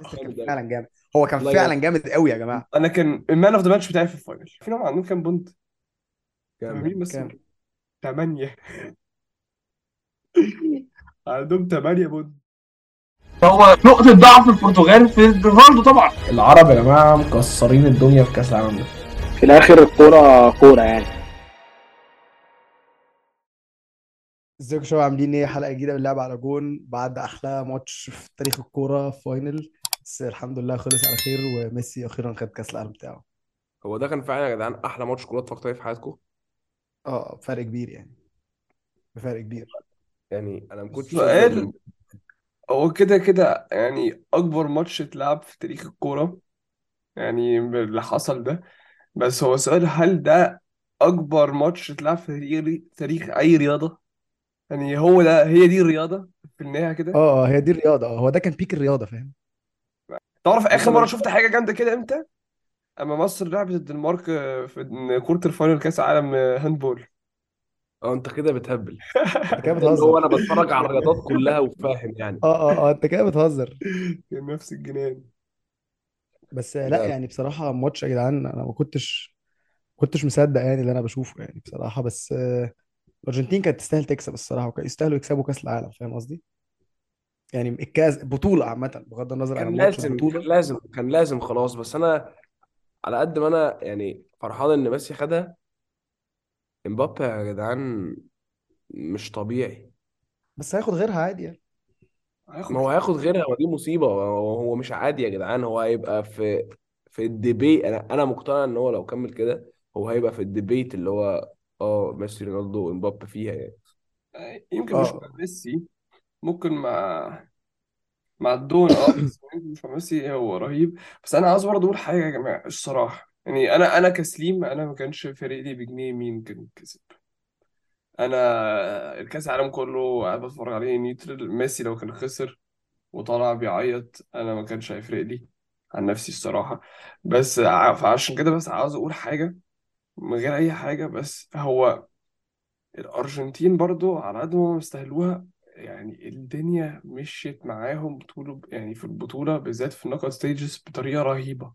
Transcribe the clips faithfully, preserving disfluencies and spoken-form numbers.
ميسي كان جامد قوي. فعلا جامد، هو كان والله جامد. فعلا جامد قوي يا جماعه. انا كان المان اوف ذا ماتش بتاعي في الفاينل. فيهم عندهم كام بونت؟ جامد. فاهمين بس؟ كام؟ ثمانية. عندهم ثمانية بونت. هو نقطة ضعف البرتغال في رونالدو طبعا. العرب يا جماعة مكسرين الدنيا في كأس العالم ده. في الاخر الكوره كوره يعني. ازيكم يا شباب، عاملين ايه؟ حلقه جديده من اللعب على جون بعد احلى ماتش في تاريخ الكوره، فاينل. بس الحمد لله خلص على خير، وميسي اخيرا خد كاس العالم بتاعه. هو ده كان فعلا يا جدعان احلى ماتش كوره اتفرجت عليه في حياتكم. اه فرق كبير يعني، بفرق كبير. يعني انا ما كنتش مصدق السؤال، ان هو كده كده يعني اكبر ماتش اتلعب في تاريخ الكورة يعني باللي حصل ده. بس هو سؤال، هل ده اكبر ماتش اتلعب في تاريخ تاريخ اي رياضة؟ يعني هو ده، هي دي الرياضة في النهاية كده. اه اه هي دي الرياضه، اه هو ده كان بيك الرياضه، فاهم؟ تعرف بص اخر انا مرة مش شفت حاجة جامدة كده امتى؟ اما مصر لعبت الدنمارك في كورتر فاينل كاس عالم هاندبول. اه انت كده بتهبل. انت كده اللي هو انا بتهزر. بتفرج على الرياضات كلها وفاهم يعني. اه اه اه انت كده بتهزر. كان نفس الجنان. بس لا لا يعني بصراحه ماتش يا جدعان، انا ما كنتش كنتش مصدق يعني اللي انا بشوفه يعني بصراحه. بس آه، الارجنتين كانت تستاهل تكسب الصراحه، وكان يستاهلوا يكسبوا كاس العالم، فاهم قصدي؟ يعني الكاس بطوله عامه بغض النظر عن كان الماتش، لازم كان البطوله. لازم كان لازم خلاص. بس انا على قد ما انا يعني فرحان ان ميسي خدها، امبابي يا جدعان مش طبيعي. بس هياخد غيرها عادي يعني. هياخد ما هو هياخد غيرها، ودي مصيبة. هو هو مش عادي يا جدعان. هو هيبقى في في الديبيت. انا انا مقتنع ان هو لو كمل كده هو هيبقى في الديبيت اللي هو اه ميسي رونالدو ومبابي فيها يعني. يمكن مش مع اه ميسي، ممكن مع مع الدون، اه بس يمكن مش مع ميسي، هو رهيب. بس انا عاوز برضه اقول حاجه يا جماعه الصراحه، يعني انا انا كسليم، انا ما كانش فارق لي بجنيه مين كان كسب. انا الكاس العالم كله قاعد بتفرج عليه نيوترال. ميسي لو كان خسر وطلع بيعيط انا ما كانش هيفرق لي عن نفسي الصراحه. بس ع- فعشان كده بس عاوز اقول حاجه من غير اي حاجه. بس هو الأرجنتين برضو على قد ما هم يستاهلوها، يعني الدنيا مشيت معاهم طول، يعني في البطولة بالذات في النوك اوت ستيجز بطريقة رهيبة.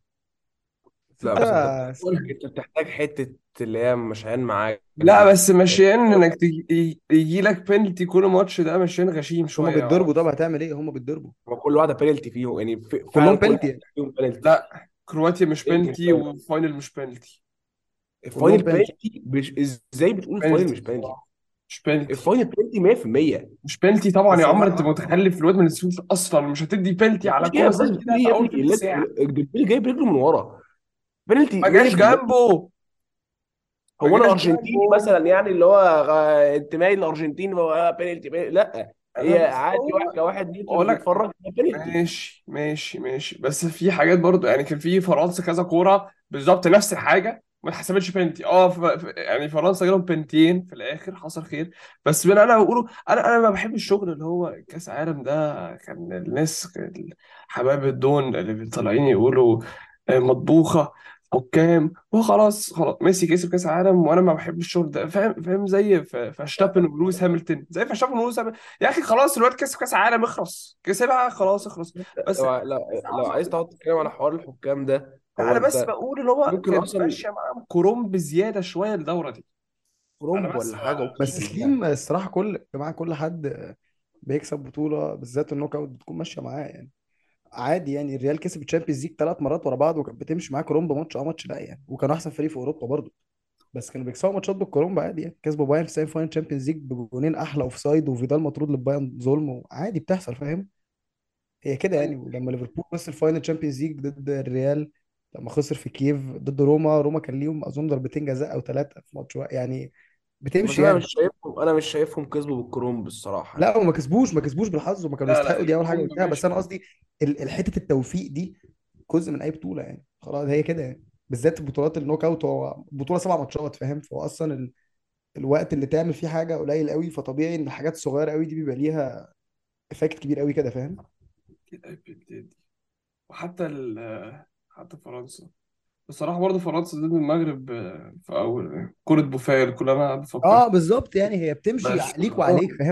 بس لا انت بس انت اسلام. انت بتحتاج حتة اللي هي مشيان معاك لا دي. بس مشيان انك تجي يجي لك بينالتي كل ماتش، ده مشيان غشيم بس هما شوية بيتضربوا، اه. طب هتعمل ايه؟ هما بيتضربوا هو كل واحدة بينالتي فيهم يعني ف- فعلا كلهم كل بيلتي واحد يعني. فيهم بينالتي. لا، كرواتيا مش بينالتي مش بينالتي بينالتي. وفاينل مش بينالتي. كلهم الفاينل بيلتي. بينالتي مش ازاي مش بتقول الفاينل بينالتي مش بينالتي؟ الصراحة، مش بينالتي. الفاينل بينالتي مية في المية. مش بينالتي طبعا يا بس عمر، والله انت متخلف. الواد ما نسيوش اصلا، مش هتدي بينالتي على مش كده كوره بس زي بتقول كده ايه في يا اول ابني؟ تلت اللاج- ساعه. ديمبلي جايب رجله من ورا. بينالتي ما جاش مية في المية. جنبه، ما هو انا جاش ارجنتيني جنبه. مثلا يعني اللي هو غ- انتمائي للارجنتين هو بينالتي بينالتي. لا، انا هي بس عادي واحد هو كواحد نيوترال اقول لك، بيتفرج بينالتي. ماشي ماشي ماشي، بس في حاجات برضو يعني كان في فرنسا كذا كوره بالظبط نفس الحاجه ما اتحسبتش بنتي. اه ف... ف... يعني فرنسا جالهم بنتين في الاخر، حصل خير. بس من انا بقوله، انا انا ما بحب الشغل اللي هو كاس عالم ده. كان الناس حبايب الدون اللي طالعين يقولوا آه، مطبوخه حكام وخلاص. خلاص ميسي كسب كاس عالم، وانا ما بحب الشغل ده. فاهم فاهم زي ف- فاشتابن ولويس هامilton، زي فاشتابن ولويس هامilton. يا اخي خلاص الواد كسب كاس عالم، اخرس كسبها خلاص اخرس. بس لو لو بس لو عاوز عايز اقول، تقعد تتكلم على حوار الحكام ده، لا هو انا بس انت بقول ان هو ممكن كانت اصلا ماشيه معاهم كروم بزياده شويه الدوره دي. انا كرومب بس ولا حاجه بس اقسم بالله. سليم الصراحه، كل يا جماعه كل حد بيكسب بطوله بالذات النوك اوت بتكون ماشيه معاه يعني. عادي يعني، الريال كسب الشامبيونز ليج ثلاث مرات ورا بعض، وكانت بتمشي معاه كرومب ماتش اه ماتش لا يعني، وكانوا احسن فريق في اوروبا برضه. بس كانوا بيكسبوا ماتشات بالكرومب عادي يعني. كسبوا بايرن في سيمي فاينل تشامبيونز ليج بجونين احلى اوف سايد، وفيدال مطرود للبايرن ظلم، عادي بتحصل، فاهم؟ هي كده يعني. ولما ليفربول وصل فاينل تشامبيونز ليج ضد الريال، لما خسر في كييف ضد روما، روما كان ليهم اظن ضربتين جزاء او ثلاثه في ماتش واحد يعني. بس بتمشي انا مش يعني. شايفهم انا مش شايفهم كسبوا بالكرومب الصراحه لا يعني. وما كسبوش ما كسبوش بالحظ، وما كانوا لا لا، يستحقوا، دي اول حاجه الكروم قلتها. بس ماشي. انا قصدي ال- الحته التوفيق دي جزء من اي بطوله يعني، خلاص هي كده يعني. بالذات البطولات النوك اوت، هو بطوله سبع ماتشات، فاهم؟ فهو اصلا ال... الوقت اللي تعمل فيه حاجه قليل قوي، فطبيعي ان الحاجات الصغيره قوي دي بيبقى ليها افكت كبير قوي كده، فاهم؟ كده بتدي. وحتى ال حتى فرنسا بصراحه برضه، فرنسا ضد المغرب آه، في اول كره بوفال كلنا بفكر. اه بالظبط يعني، هي بتمشي بس عليك اه، وعليك، فاهم؟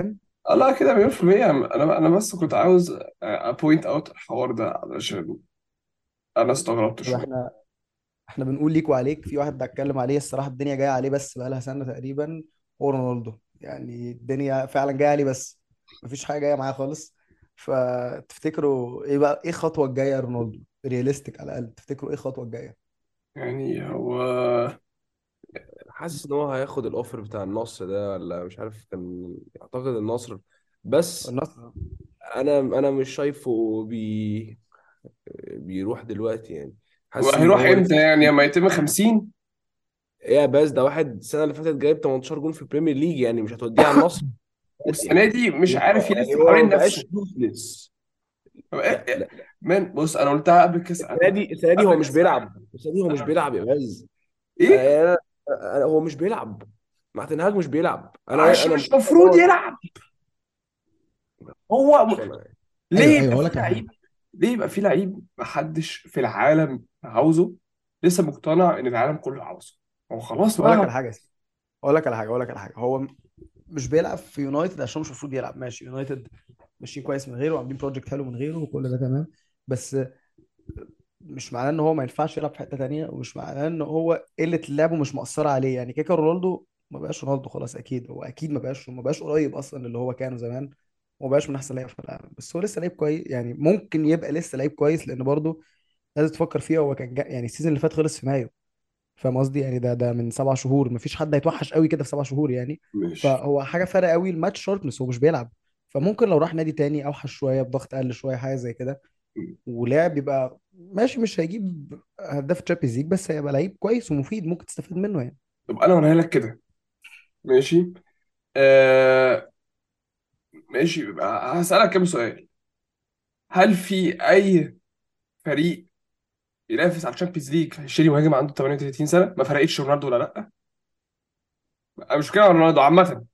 آه، لا كده مليون في المية. أنا أنا بس كنت عاوز أبوينت أوت الحوار ده علشان أنا استغربت طب شوية. احنا احنا بنقول ليك وعليك، في واحد بتكلم عليه الصراحه الدنيا جايه عليه بس بقالها سنه تقريبا، هو رونالدو. يعني الدنيا فعلا جايه عليه بس مفيش حاجه جايه معاه خالص. فتفتكروا ايه بقى، ايه الخطوه الجايه يا رونالدو رياليستيك على الاقل؟ تفتكروا ايه الخطوه الجايه؟ يعني هو حاسس ان هو هياخد الاوفر بتاع النصر ده، ولا مش عارف، كان اعتقد النصر. بس النصر. انا انا مش شايفه بي بيروح دلوقتي يعني. حاسس ان هيروح هو إمتى لسه. يعني لما يتم خمسين؟ ايه يا باز، ده واحد السنه اللي فاتت جايب تمنتاشر جون في البريمير ليج، يعني مش هتوديه على النصر دلوقتي والسنة يعني. دي مش عارف هو- يلف يعني هو حوالين ما بقاش نفسه. يوزلس. طب إيه لا إيه؟ لا لا. مان بص، أنا قلتها قبل كأس السنه العالم. دي السنه دي هو قبل مش كأس العالم بيلعب السنه دي هو مش أنا بيلعب يا باز. إيه؟ انا أنا- هو مش بيلعب مع تنهاج، مش بيلعب. انا عشان انا مش متأكد إن مفروض هو يلعب. هو م... اصلا يعني. ليه ايوه ايوه، يبقى هقول في لك على حاجه لعيب ليه يبقى في لعيب محدش في العالم عاوزه لسه مقتنع ان العالم كله عاوزه؟ هو خلاص هقول لك بقى. على حاجه اقول لك على حاجه اقول لك على حاجه هو مش بيلعب في يونايتد عشان مش المفروض يلعب. ماشي، يونايتد ماشيين كويس من غيره وعاملين بروجكت حلو من غيره وكل ده تمام، بس مش معناه ان هو ما ينفعش يلعب في حته تانيه، ومش معناه ان هو قله لعبه مش مؤثره عليه. يعني كيكا رونالدو ما بقاش رونالدو خلاص، اكيد هو اكيد ما بقاش ما بقاش قريب اصلا اللي هو كانه زمان، وما بقاش من احسن لعيبه في العالم، بس هو لسه لعيب كويس. يعني ممكن يبقى لسه لعيب كويس، لان برضه لازم تفكر فيها. هو كان جا يعني السيزون اللي فات خلص في مايو، فاهم قصدي؟ يعني ده ده من سبع شهور، مفيش حد هيتوحش قوي كده في سبع شهور يعني. مش فهو حاجه فارقه قوي الماتش شاربنس، هو مش بيلعب. فممكن لو راح نادي تاني اوحش شويه بضغط اقل شويه حاجه زي كده ولعب، يبقى ماشي. مش هيجيب هداف تشامبيونز ليج بس هيبقى لعيب كويس ومفيد ممكن تستفاد منه يعني. طب انا اوريها لك كده. ماشي. آه ماشي، يبقى هسألك كام سؤال. هل في اي فريق ينافس على الشامبيونز ليج هيشتري مهاجم عنده ثمانية وثلاثين سنة؟ ما فرقتش رونالدو ولا لا؟ انا مش كده رونالدو عامة.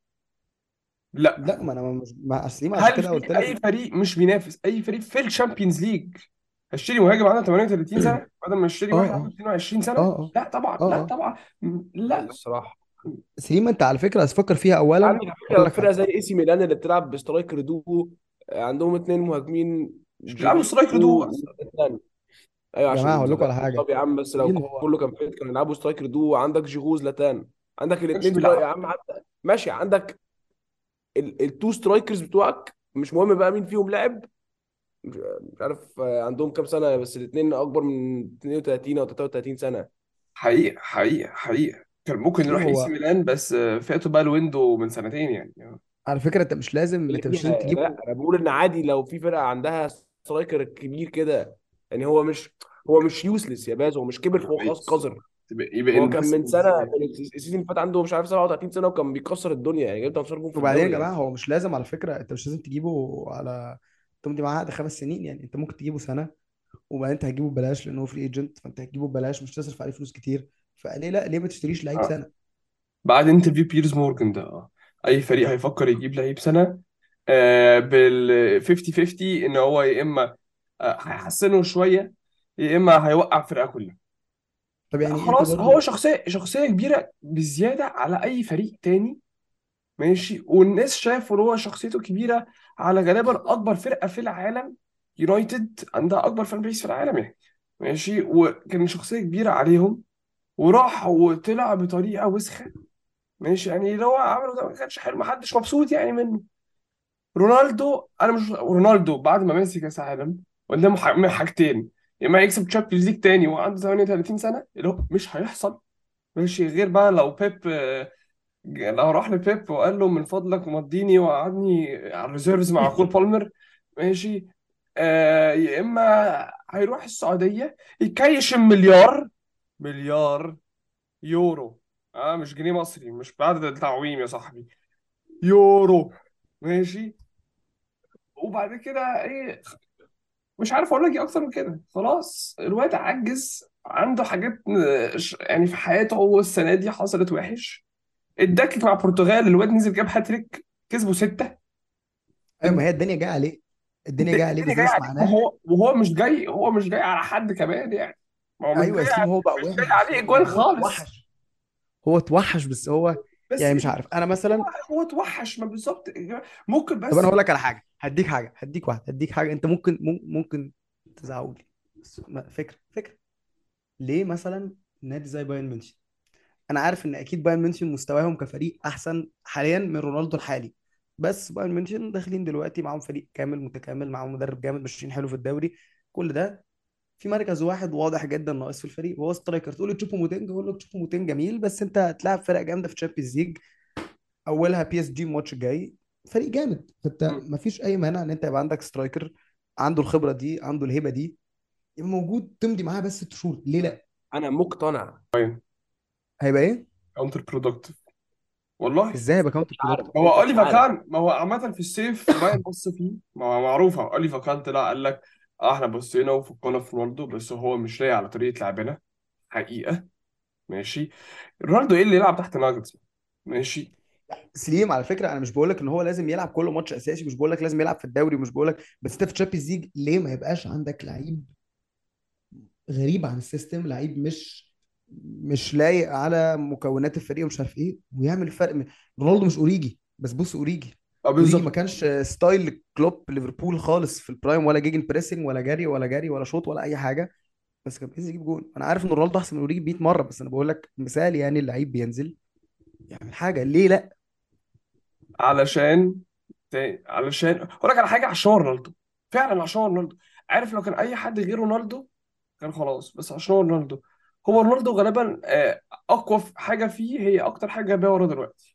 لا. لا، ما انا مش مع اسليم، عشان هل كده في قلت اي لك. فريق مش بينافس، اي فريق في الشامبيونز ليج هيشتري مهاجم عنده ثمانية وثلاثين سنة بدل ما يشتري اه واحد عنده اه اثنين وعشرين اه سنة؟ اه لا طبعا، اه لا اه طبعا. لا لا. الصراحه. سليم، انت على فكره هتفكر فيها اولا. عندك على اقول فكره لك فرقه حاجه. زي اي سي ميلان اللي بتلعب بسترايكر دو، عندهم اتنين مهاجمين مش بيلعبوا جيرو سترايكر دو اصلا. وزلاتان. ايوه يا جماعه عشان هقول لكم على زلاتان حاجه. مصاب يا عم، بس لو مين هو؟ كله كان فيت كانوا يلعبوا سترايكر دو. عندك جيرو زلاتان، عندك ما كانش الاثنين سترايك يا بيلعب. عم حتى. ماشي، عندك ال- التو سترايكرز بتوعك، مش مهم بقى مين فيهم لعب. مش مش عارف آه، عندهم كام سنه، بس الاثنين اكبر من اتنين وتلاتين او تلاتة وتلاتين سنه. حقيقة حقيقة حقيقة كان ممكن سليم يروح اي سي هو ميلان، بس آه، فاتوا بقى الويندو من سنتين يعني. على فكره انت مش لازم اللي انت مش فيها لازم لا، تجيبه. انا بقول ان عادي لو في فرقه عندها سترايكر كبير كده. يعني هو مش هو مش يوسلس يا باز، هو مش كبر فهو خلاص قذر. يبقى يبقى هو كان من سنه، انفستمنت. من السيزون اللي فات عنده مش عارف سبعة وتلاتين سنه وكان بيكسر الدنيا، يعني جايب تمنتاشر جون في وبعدين يا الدوري يعني. جماعه هو مش لازم على فكره، انت مش لازم تجيبه على تمضي معاه عقد خمس سنين. يعني انت ممكن تجيبه سنه وبعدين انت هتجيبه ببلاش لانه فري ايجنت، فانت هتجيبه ببلاش مش تصرف عليه فلوس كتير. فليه لا، ليه ما تشتريش لعيب آه. سنه؟ بعد انترفيو بيرز مورجان ده، اه اي فريق هيفكر يجيب لعيب سنة آه بال خمسين خمسين ان هو يا اما آه هيحسنه شوية، يا اما هيوقع الفرقة كلها. طب لا يعني انت خلاص، هو برضو. شخصية شخصية كبيرة بزيادة على اي فريق تاني. ماشي. والناس شافوا ان هو شخصيته كبيره على غالبا اكبر فرقه في العالم. يونايتد عندها اكبر فان بيس في العالم يعني. ماشي. وكان شخصيه كبيره عليهم، وراح وطلع بطريقه وسخه. ماشي. يعني اللي هو عمله ده ما كانش حلو، ما حدش مبسوط يعني منه. رونالدو، انا مش رونالدو بعد ما مسك كاس عالم قدامه ح- من حاجتين: يا اما يكسب تشامبيونز ليج تاني وعنده ثمانية وثلاثين سنه، اللي هو مش هيحصل. ماشي. غير بقى لو بيب لو راح لبيب وقال له من فضلك مضيني وقعدني على الريزيرفز مع كول بالمر. ماشي. آه يا اما هيروح السعوديه يكيش مليار مليار يورو. اه مش جنيه مصري، مش بعد التعويم يا صاحبي، يورو. ماشي. وبعد كده ايه؟ مش عارف اقول لك ايه اكتر من كده. خلاص الواد عجز، عنده حاجات آه، ش- يعني في حياته هو السنه دي حصلت وحش. اتدكك مع البرتغال، الواد نزل جاب هاتريك، كسبوا ستة. ايوه، ما هي الدنيا جايه عليه. الدنيا جايه عليه الدنيا جايه بزاز عليه، معناه. وهو وهو مش جاي هو مش جاي على حد كمان يعني. ما هو مش ايوه جاي يا سليم، هو بقى مش جاي وحش بس عليه هو يعني اجوان هو خالص. اتوحش. هو اتوحش بس هو بس يعني مش عارف انا مثلا. هو توحش، ما بالظبط ممكن. طب انا بس هقول لك على حاجه، هديك حاجه هديك واحده هديك حاجه انت ممكن مم- ممكن تزعقولي، بس ما- فكره فكره ليه مثلا نادي زي بايرن ميونخ؟ انا عارف ان اكيد بايرن ميونخ مستواهم كفريق احسن حاليا من رونالدو الحالي، بس بايرن ميونخ داخلين دلوقتي معاهم فريق كامل متكامل، معاهم مدرب جامد، ماشيين حلو في الدوري، كل ده في مركز واحد واضح جدا ناقص في الفريق وهو سترايكر. تقول لي تشوفوا موتينج، اقول لك تشوفوا موتينج جميل، بس انت هتلاعب فرق جامده في تشامبيونز ليج، اولها بي اس جي الماتش الجاي، فريق جامد، فانت مم. مفيش اي مانع ان انت يبقى عندك سترايكر عنده الخبره دي، عنده الهيبه دي، يبقى موجود تمضي معاه بس ست شهور، ليه لا؟ انا مقتنع. هيبقى ايه؟ كاونتر برودكتيف والله. ازاي هيبقى كاونتر مش عارف، برودكتيف؟ ما هو انت مش اوليفا عارف. كان، ما هو عامة في الصيف باين بص فيه، ما هو معروفة اوليفا كان طلع قال لك اه احنا بصينا وفكرنا في رونالدو بس هو مش لاقي على طريقة لعبنا حقيقة. ماشي. رونالدو ايه اللي يلعب تحت ناجتس؟ ماشي. سليم على فكره، انا مش بقول لك ان هو لازم يلعب كل ماتش اساسي، مش بقول لك لازم يلعب في الدوري، مش بقول لك، بس انت في تشامبيونز ليج ليه ما يبقاش عندك لعيب غريب عن السيستم، لعيب مش مش لايق على مكونات الفريق ومش عارف ايه، ويعمل فرق من... رونالدو مش اوريجي، بس بص اوريجي، اه اوريجي ما بالظبط. كانش ستايل كلوب ليفربول خالص في البرايم، ولا جيجن بريسنج ولا جري ولا جري ولا شوط ولا اي حاجه، بس كان بينزل يجيب جون. انا عارف ان رونالدو احسن من اوريجي مية مره، بس انا بقول لك مثال، يعني اللعيب بينزل يعمل حاجه، ليه لا؟ علشان تاني، علشان اقول لك على حاجة، عشان رونالدو، فعلا عشان رونالدو. عارف لو كان اي حد غير رونالدو كان خلاص، بس عشان هو رونالدو. هو رونالدو غالبا آه، اقوى في حاجة فيه، هي اكتر حاجة جايبها ورا دلوقتي،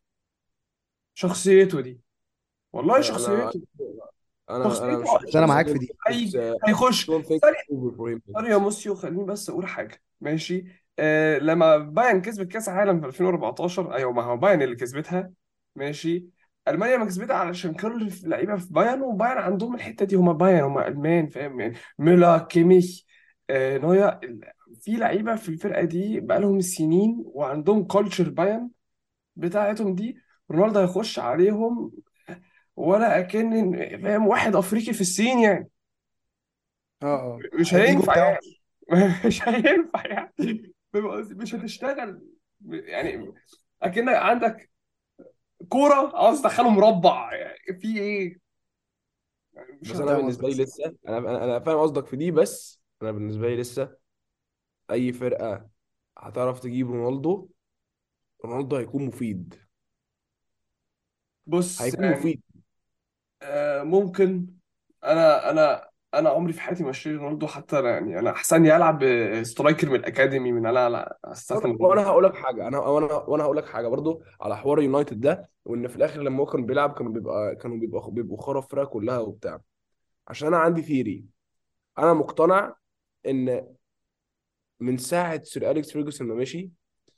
شخصيته دي. والله انا انا شخصيته، انا انا شخصيته مش بس انا I معاك شخصيته في don't دي. think it's هي uh, هيخش don't think ثانية. it's over for him. ثانية يا موسيو، خليني بس أقول حاجة ماشي. آه لما بايرن كسبت كأس العالم في ألفين وأربعتاشر، أيوة ما هو بايرن اللي كسبتها. ماشي. ألمانيا ما كسبتها علشان كل اللعيبة في بايرن، وبايرن عندهم الحتة دي، هما بايرن هما ألمان فاهم يعني. ميلا، كيميخ، آه نويا، ال- في لعيبة في الفرقة دي بقالهم سنين وعندهم كولتشر بايرن بتاعتهم دي. رونالدو هيخش عليهم ولا أكن فاهم واحد أفريقي في الصين يعني. اه اه مش الايجو هينفع بتاعه. يعني. مش هينفع يعني. فاهم قصدي؟ مش هتشتغل يعني. اكنك عندك كوره عاوز تدخله مربع، يعني في ايه؟ يعني مش بس انا فاهم هت... بالنسبه قصدك لي صح. لسه، انا انا أنا فاهم قصدك في دي، بس انا بالنسبه لي لسه اي فرقه هتعرف تجيب رونالدو، رونالدو هيكون مفيد. بص هيكون يعني مفيد. آه ممكن. انا انا انا عمري في حياتي ما اشتري رونالدو، حتى أنا يعني انا احسن لي العب سترايكر من الاكاديمي من انا لا استخدم وانا رونالدو. وأنا هقول لك حاجه، انا وانا وانا هقول لك حاجه برضو على حوار يونايتد ده، وان في الاخر لما هو كان بيلعب كانوا بيبقى كانوا بيبقى بيبقوا خرا الفرقه كلها وبتاع. عشان انا عندي ثيري، انا مقتنع ان من ساعه سير اليكس فيرجسون ما مشي،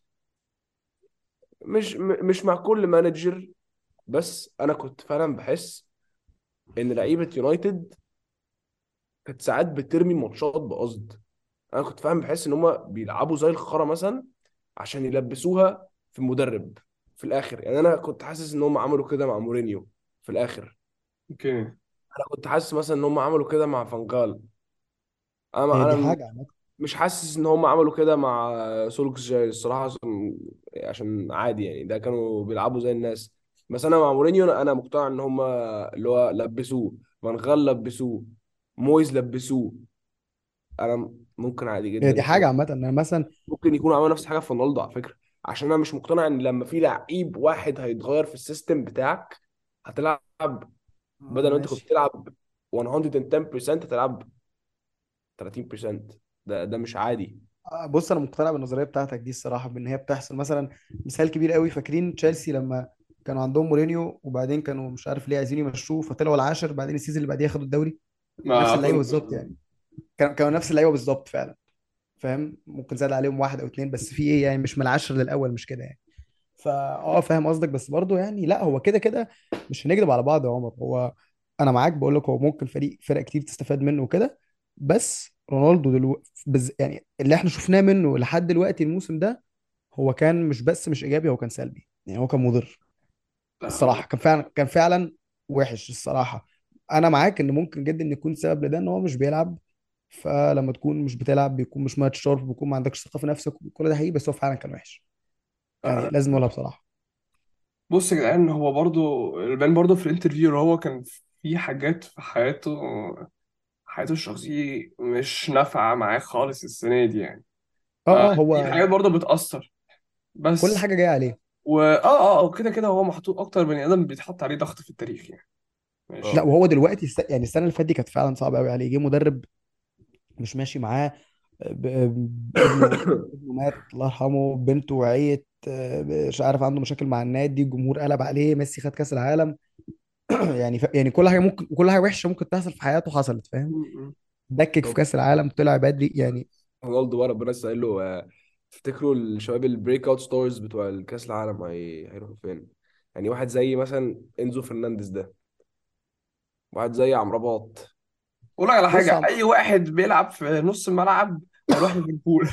مش م- مش مع كل مانجر، بس انا كنت فعلا بحس ان لعيبه يونايتد كانت ساعات بترمي ماتشات بقصد. انا كنت فاهم بحس ان هم بيلعبوا زي الخرا مثلا عشان يلبسوها في المدرب في الاخر. يعني انا كنت حاسس ان هم عملوا كده مع مورينيو في الاخر. اوكي. انا كنت حاسس مثلا ان هم عملوا كده مع فانجال. انا هي دي انا حاجه عامه. مش حاسس ان هم عملوا كده مع سولكسجير الصراحه، عشان عشان عادي يعني ده كانوا بيلعبوا زي الناس. بس انا مع مورينيو انا أنا مقتنع ان هم اللي هو لبسوه، فانغال لبسوه، مويز لبسوه. انا ممكن عادي هي جدا دي يكون حاجه عامه، انا مثلا ممكن يكونوا عملوا نفس الحاجه في رونالدو على فكره. عشان انا مش مقتنع ان لما في لعيب واحد هيتغير في السيستم بتاعك هتلعب، اه بدل ما انت كنت ماشي. تلعب مية وعشرة بالمية هتلعب تلاتين بالمية. ده ده مش عادي. آه، بص انا مقتنع بالنظريه بتاعتك دي الصراحه، بان هي بتحصل مثلا. مثال كبير قوي، فاكرين تشيلسي لما كانوا عندهم مورينيو وبعدين كانوا مش عارف ليه عايزين يمشوه فطلعوا العاشر، بعدين السيزون اللي بعديه خدوا الدوري. نفس ما اللعيبه كنت. بالظبط يعني، كانوا كانوا نفس اللعيبه بالظبط فعلا، فاهم؟ ممكن زاد عليهم واحد او اتنين، بس في ايه يعني، مش من العشر للاول، مش كده يعني. فا اه فاهم قصدك، بس برضه يعني لا، هو كده كده مش هنكذب على بعض يا عمر. هو انا معاك، بقول لك هو ممكن فريق فرق كتير تستفاد منه وكده، بس رونالدو دلوقتي بز... يعني اللي احنا شفناه منه لحد دلوقتي الموسم ده، هو كان مش بس مش ايجابي، هو كان سلبي، يعني هو كان مضر لا. الصراحه، كان فعلا كان فعلا وحش الصراحه. انا معاك ان ممكن جدا إن يكون سبب لده ان هو مش بيلعب، فلما تكون مش بتلعب بيكون مش ماتش شارب، بيكون ما عندكش ثقه في نفسك، كل ده حقيقي، بس هو فعلا كان وحش، يعني آه، لازم اقولها بصراحه. بص يا جدعان، هو برضو البان برضو في الانترفيو اللي هو كان في حاجات في حياته حياته الشخصية مش نافعة معاه خالص السنة دي يعني. اه اه فدي هو حاجات برضو بتأثر. كل بس حاجه جايه عليه. و اه اه آه، كده كده هو محطوط اكتر بني ادم بيتحط عليه ضغط في التاريخ يعني. لا ماشي. اه وهو دلوقتي الس... يعني السنه اللي فاتت دي كانت فعلا صعبه قوي عليه. جه مدرب مش ماشي معاه، ب... ب... ابنه ابنه مات الله يرحمه، بنته وعيت، آه، مش عارف عنده مشاكل مع النادي، الجمهور قلب عليه، ميسي خد كاس العالم. يعني ف... يعني كل حاجه ممكن، كل حاجه وحشه ممكن تحصل في حياته حصلت، فاهم؟ م- م. دكك في طب كاس العالم، طلع بدري يعني. رونالدو بقى ربنا يسهل له. آه، تفتكروا الشباب البريك اوت ستارز بتوع الكاس العالم هي... هيروحوا فين؟ يعني واحد زي مثلا انزو فرنانديز ده، واحد زي عمرو اقول لك على بص يا حاجه، عم اي واحد بيلعب في نص الملعب هيروح ليفربول.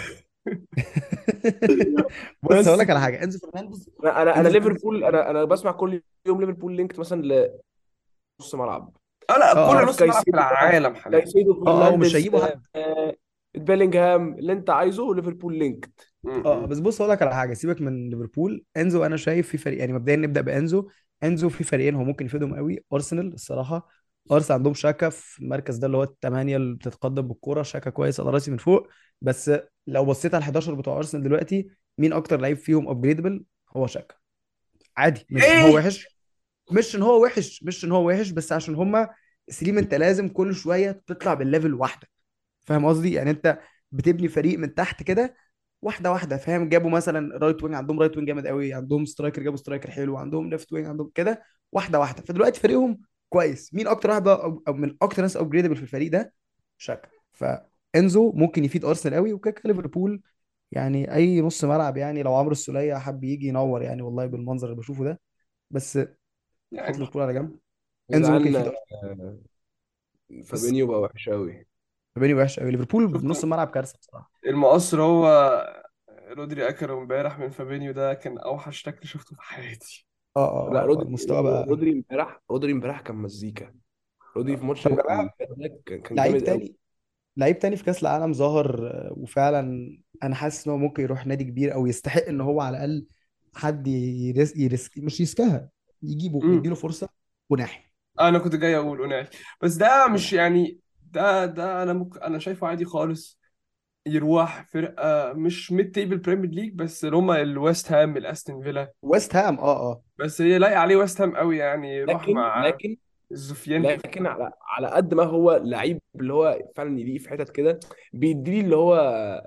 بص هقول بس لك على كده. حاجه. انزو فرنانديز، انا انا انا انزو فرنانديز ليفربول، انا انا بسمع كل يوم ليفربول لينكد مثلا لنص ملعب. اه لا، اه مش كل اه عارف نص ملعب في كايسيدو بقى، العالم حاليا. كايسيدو اه اه ومش فرنانديز، هيجيبوا حد. آه، بيلينغهام، اللي انت عايزه ليفربول لينكد. م- اه م. بس بص اقول لك على حاجه، سيبك من ليفربول. انزو انا شايف في فريق، يعني مبدئيا نبدا بانزو. انزو في فريقين هو ممكن يفيدهم قوي. ارسنال الصراحه، ارسنال عندهم شاكا في المركز ده اللي هو الثمانيه اللي بتتقدم بالكوره. شاكا كويس على راسي من فوق. بس لو بصيت على ال حداشر بتوع ارسنال دلوقتي، مين اكتر لعيب فيهم ابجريدبل؟ هو شاكا. عادي، مش ان هو ايه. وحش، مش ان هو وحش مش ان هو وحش بس عشان هما سليم. انت لازم كل شويه تطلع بالليفل واحده، فاهم قصدي؟ يعني انت بتبني فريق من تحت كده واحده واحده، فاهم؟ جابوا مثلا رايت وينج، عندهم رايت وينج جامد قوي، عندهم سترايكر جابوا سترايكر حلو، عندهم ليفت وينج، عندهم كده واحده واحده. فدلوقتي فريقهم كويس. مين اكتر واحد بقى او أو من اكتر ناس ابجريدبل في الفريق ده؟ شاكا. فانزو ممكن يفيد ارسنال قوي، وكده كده ليفربول يعني اي نص ملعب، يعني لو عمرو السولية حب يجي ينور يعني والله بالمنظر اللي بشوفه ده. بس حط يعني ليفربول على جنب. يا انزو ممكن جدعان، يفيد ارسنال. آه، بس فابينيو بقى وحش قوي. فابينيو وحش قوي. ليفربول شفت بنص الملعب كارثه بصراحه. المقص اللي هو رودري اكل امبارح من فابينيو، ده كان اوحش شكل شفته في حياتي. اه اه لا اه آه، رودري، المستوى بقى. رودري امبارح رودري امبارح كان مزيكا. رودري في ماتش طب يا اللي جماعه، فات ده كان كان لعيب جامد قوي. تاني، لعيب تاني في كاس العالم ظهر، آه، وفعلا انا حاسس ان هو ممكن يروح نادي كبير او يستحق ان هو على الاقل حد يرس يرس مش يسكها، يجيبه امم يديله فرصه. وناحي. انا كنت جاي اقول اوناي، بس ده مش يعني، ده ده انا ممكن انا شايفه عادي خالص يروح فرقه مش ميد تيبل بريمير ليج، بس اللي هم الويست هام، الاستون فيلا. ويست هام اه اه. بس هي لايق عليه ويست هام قوي يعني، يروح لكن مع لكن الزوفيان. لكن على على قد ما هو لعيب اللي هو فعلا يليق في حتت كده، بيديلي اللي هو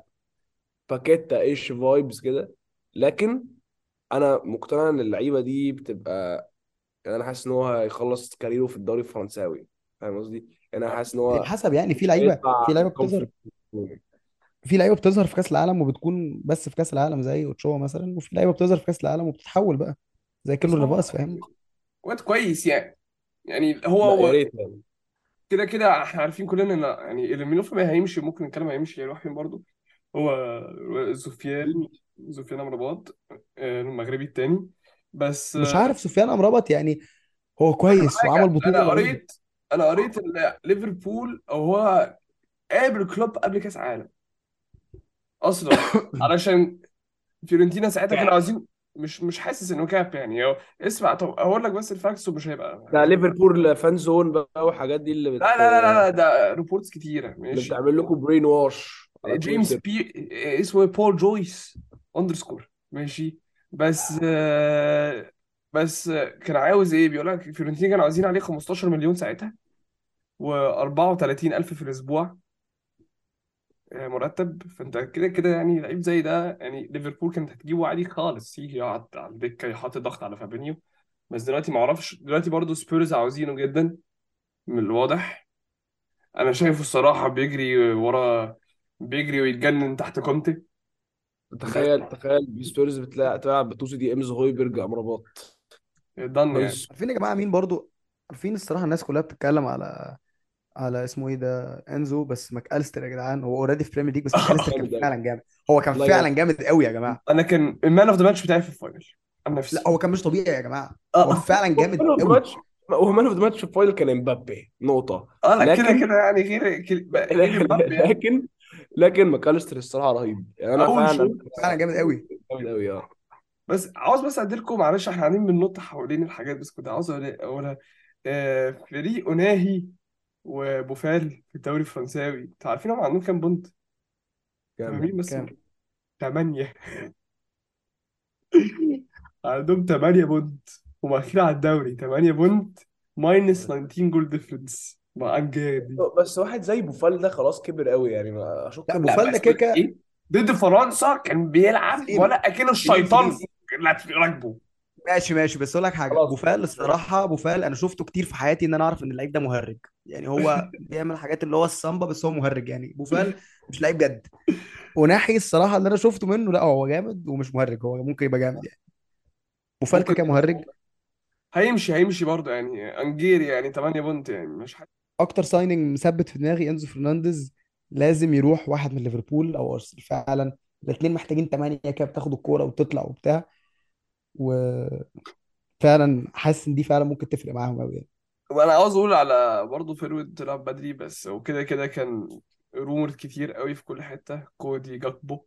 باكيتا ايش فايبز كده. لكن انا مقتنع ان اللعيبه دي بتبقى، يعني انا حاسس ان هو هيخلص كاريره في الدوري الفرنساوي. فاهم قصدي؟ يعني انا حاسس ان هي هو حسب يعني. في مش لعيبه، هيطلع في لعيبه بتظهر، كومفورت. في لعيبه بتظهر في كاس العالم وبتكون بس في كاس العالم زي اوتشوا مثلا، وفي لعيبه بتظهر في كاس العالم وبتتحول بقى زي بس كيلو هو نافاس، فاهم؟ واد كويس يعني. يعني هو لا يا هو ريت يعني. كده كده احنا عارفين كلنا ان يعني اللي ميلوف ما هيمشي، ممكن نتكلم هيمشي هيروح فين برضه. هو زوفيان زوفيان امراباط، آه، المغربي التاني. بس مش آه، عارف سفيان امرابط يعني، هو اقول لك كويس وعمل حاجه، انا بطوله رهيبه. قريت انا قريت ان ليفربول او هو قابل كلوب قبل كاس عالم اصلا، علشان فيورنتينا ساعتها كانوا كاب. عايزين. مش مش حاسس انه كاب يعني. هو اسمع، طب اقول لك بس الفاكس ومش هيبقى ده مش هيبقى ليفربول فان زون بقى والحاجات دي اللي لا بت لا لا لا لا، ده ريبورتس كتيره اللي ماشي. بتعمل لكم برين واش على جيمس تويتر. بي اسمه بول جويس اندرسكور ماشي. بس آه، بس آه، كان عاوز ايه، بيقول لك فيورنتينا كانوا عايزين عليه خمستاشر مليون ساعتها، و34 الف في الاسبوع آه، مرتب. فانت كده كده يعني لعيب زي ده يعني ليفربول كانت هتجيبه عادي خالص، يجي يقعد على الدكه يحط ضغط على فابينيو. بس دلوقتي ما اعرفش، دلوقتي برضو سبيرز عاوزينه جدا من الواضح. انا شايفه الصراحه بيجري ورا، بيجري ويتجنن تحت كونتي. بس تخيل تخيل ستورز بتلاقي تلعب بتوسي دي امز هويبرج امرابات. ضن يعني. نايس. عارفين يا جماعه مين برضو؟ عارفين الصراحه الناس كلها بتتكلم على على اسمه ايه ده، انزو. بس ماكاليستر يا جدعان هو اوريدي في بريمير ليج، بس ماكاليستر كان جامد قوي. فعلا جامد. هو كان والله فعلا جامد. جامد قوي يا جماعه. انا كان المان اوف ذا ماتش بتاعي في الفاينل عن لا نفسي. هو كان مش طبيعي يا جماعه. هو اه فعلا هو جامد مان اوف ذا قوي. ماتش، هو مان اوف ذا ماتش في الفاينل كان امبابي نقطة. اه لا، كده لكن كده يعني غير غير مبابي يعني. لكن لكن ماكاليستر الصراحة رهيب. يعني انا اول فعلا شوط انا فعلا جامد قوي. جامد قوي اه. بس عاوز بس اديلكم، معلش احنا قاعدين بننط حوالين الحاجات، بس كنت عاوز أقول- اقولها. آه، فريق اوناهي وبوفال في الدوري الفرنساوي، انتوا عارفين هم عندهم كام بونت؟ كام؟ فاهمين بس؟ كام؟ ثمانية. عندهم ثمانية بونت، هم اخير على الدوري ثمانية بونت، ماينس تسعتاشر جول ديفرنس مع انجابي. بس واحد زي بوفال ده خلاص كبر قوي يعني، ما اشك لا انه لا بوفال ده بس بقول لك كيكه. ايه، ضد فرنسا كان بيلعب سليم ولا اكنه سليم الشيطان سليم. راكبه. ماشي ماشي، بس اقول لك حاجه، خلاص. بوفال الصراحه، بوفال انا شفته كتير في حياتي ان انا اعرف ان اللعيب ده مهرج. يعني هو بيعمل حاجات اللي هو السامبا، بس هو مهرج يعني. بوفال مش لعيب جد. وناحي الصراحه اللي انا شفته منه، لا هو جامد ومش مهرج، هو ممكن يبقى جامد يعني. بوفال ممكن كيكه مهرج. هيمشي هيمشي برضه يعني، انجيري يعني ثمانية بونت يعني مش حاجة. اكتر سايننج مثبت في دماغي انزو فرنانديز. لازم يروح واحد من ليفربول او ارسنال فعلا. الاثنين محتاجين تمانية كده بتاخد الكوره وتطلع وبتاع. وفعلا حاسس ان دي فعلا ممكن تفرق معاهم قوي يعني. وانا عاوز اقول على برضه فيرويد طلع بدري، بس وكده كده كان رومر كتير قوي في كل حتة، كودي جاكبو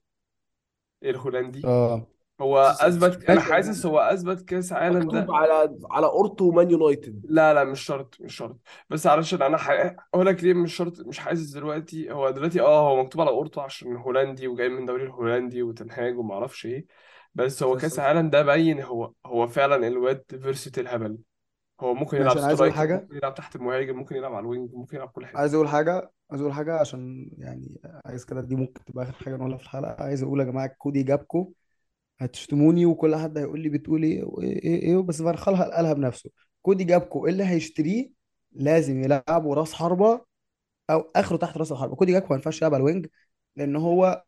الهولندي. اه هو بس- بس اثبت، انا ماشي. حاسس هو اثبت كاس عالم مكتوب ده. على على اورتو مان يونايتد. لا لا مش شرط مش شرط، بس علشان انا ح... اقول لك ليه مش شرط، مش حاسس دلوقتي. هو دلوقتي اه هو مكتوب على اورتو عشان هولندي وجاي من الدوري الهولندي وتنهاج وما اعرفش ايه. بس هو كاس عالم ده باين، هو هو فعلا الواد فيرسيتيل هبل. هو ممكن يلعب ماشي انا عايز اقول سترايكر، حاجه. ممكن يلعب تحت المهاجم، ممكن يلعب على الوينج، ممكن يلعب كل حته. عايز اقول حاجه عايز اقول حاجه عشان يعني عايز كده، دي ممكن تبقى اخر حاجه نقولها في الحلقه. عايز اقول يا جماعه، كودي جابكو هتشتموني وكل حد هيقول لي بتقول ايه وايه ايه ايه، بس فرخلها قالها بنفسه. كودي جابكو اللي هيشتريه لازم يلعبه راس حربه، او اخره تحت راس الحربه. كودي جابكو ما ينفعش يلعب على الوينج، لان هو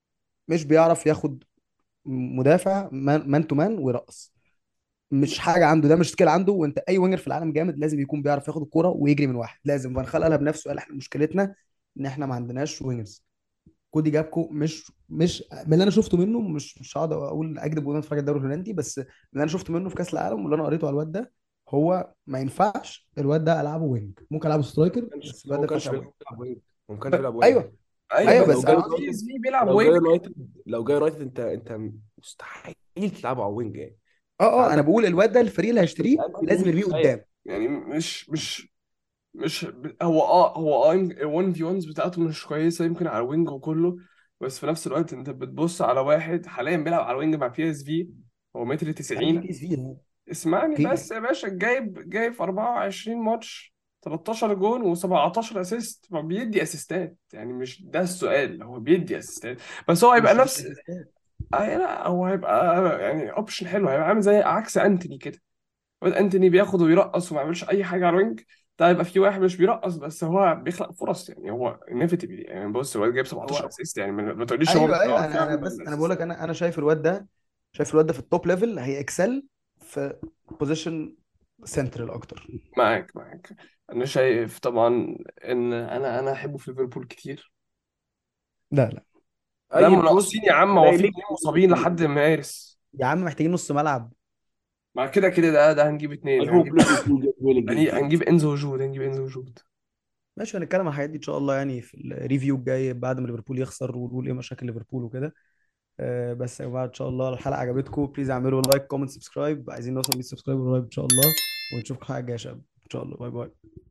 مش بيعرف ياخد مدافع مان, مان تو مان ويرقص. مش حاجه عنده، ده مش سكيل عنده. وانت اي وينجر في العالم جامد لازم يكون بيعرف ياخد الكوره ويجري من واحد. لازم فان خال قالها بنفسه، قال احنا مشكلتنا ان احنا ما عندناش وينجرز. كودي جابكو مش مش من اللي انا شفته منه، مش مش هقعد اقول اكذب وانا اتفرج على الدوري الهولندي، بس من اللي انا شفته منه في كاس العالم واللي انا قريته على الواد ده، هو ما ينفعش الواد ده العبه وينج. ممكن العبه سترايكر، كانش بس هو الواد ما ده ما ينفعش كانش يلعب بيلعب وينج. وينج. هو ما كانش ب... بيلعب وينج. ايوه ايوه ايوه، لو بس بس جاي انا هو قصدي. بي اس يونايتد في بيلعب لو جاي وينج. يونايتد لو جاي يونايتد انت انت مستحيل تلعبه على وينج يعني. اه انت اه انا عندك بقول الواد ده الفريق اللي مش هيشتريه انت لازم موني يرميه كفايه. قدام. يعني مش مش مش هو اه هو اه واحد في واحد بتاعته مش كويسه يمكن على الوينج وكله، بس في نفس الوقت انت بتبص على واحد حاليا بيلعب على الوينج مع بي اس في، هو متر خلي تسعين. بي اس في. اسمعني اوكي. بس يا باشا، جايب جايب في اربعة وعشرين ماتش تلتاشر جون و17 اسيست، فبيدي اسيستات يعني، مش ده السؤال، هو بيدي اسيستات. بس هو هيبقى مش نفس بالاسيستات. آه لا هو هيبقى يعني اوبشن حلو، هيبقى عامل زي عكس انتوني كده. واد انتوني بياخد ويرقص وما يعملش اي حاجه على الوينج، ده هيبقى في واحد مش بيرقص بس هو بيخلق فرص يعني، هو انيفيتبل يعني. بص الواد جايب سبعتاشر هو اسيست يعني، ما ما تقوليش هو ايوه مستواه ايوه، انا انا كام بس انا بقول الاسيست. لك، انا انا شايف الواد ده شايف الواد ده في التوب ليفل هيكسل في بوزيشن سنترال اكتر. معاك معاك. انا شايف طبعا ان انا انا احبه في ليفربول كتير. لا لا لا اي فلوس مناقصين يا عم، هو في تلاقي اتنين مصابين ليفربول. لحد مارس. يا عم، محتاجين نص ملعب. مع كده كده ده ده هنجيب I اتنين، hope هنجيب Liverpool get هنجيب, relegated. هنجيب انزو وجود، هنجيب انزو وجود. ماشي، هنتكلم عن الحاجات دي ان شاء الله يعني في الريفيو الجاي بعد ما ليفربول يخسر، ونقول ايه مشاكل ليفربول وكده. آه، بس يا جماعه ان شاء الله الحلقه عجبتكم، بليز اعملوا لايك كومنت سبسكرايب. عايزين نوصل مية سبسكرايب قريب ان شاء الله. ونشوفكم حاجه جايه يا شباب ان شاء الله. باي باي.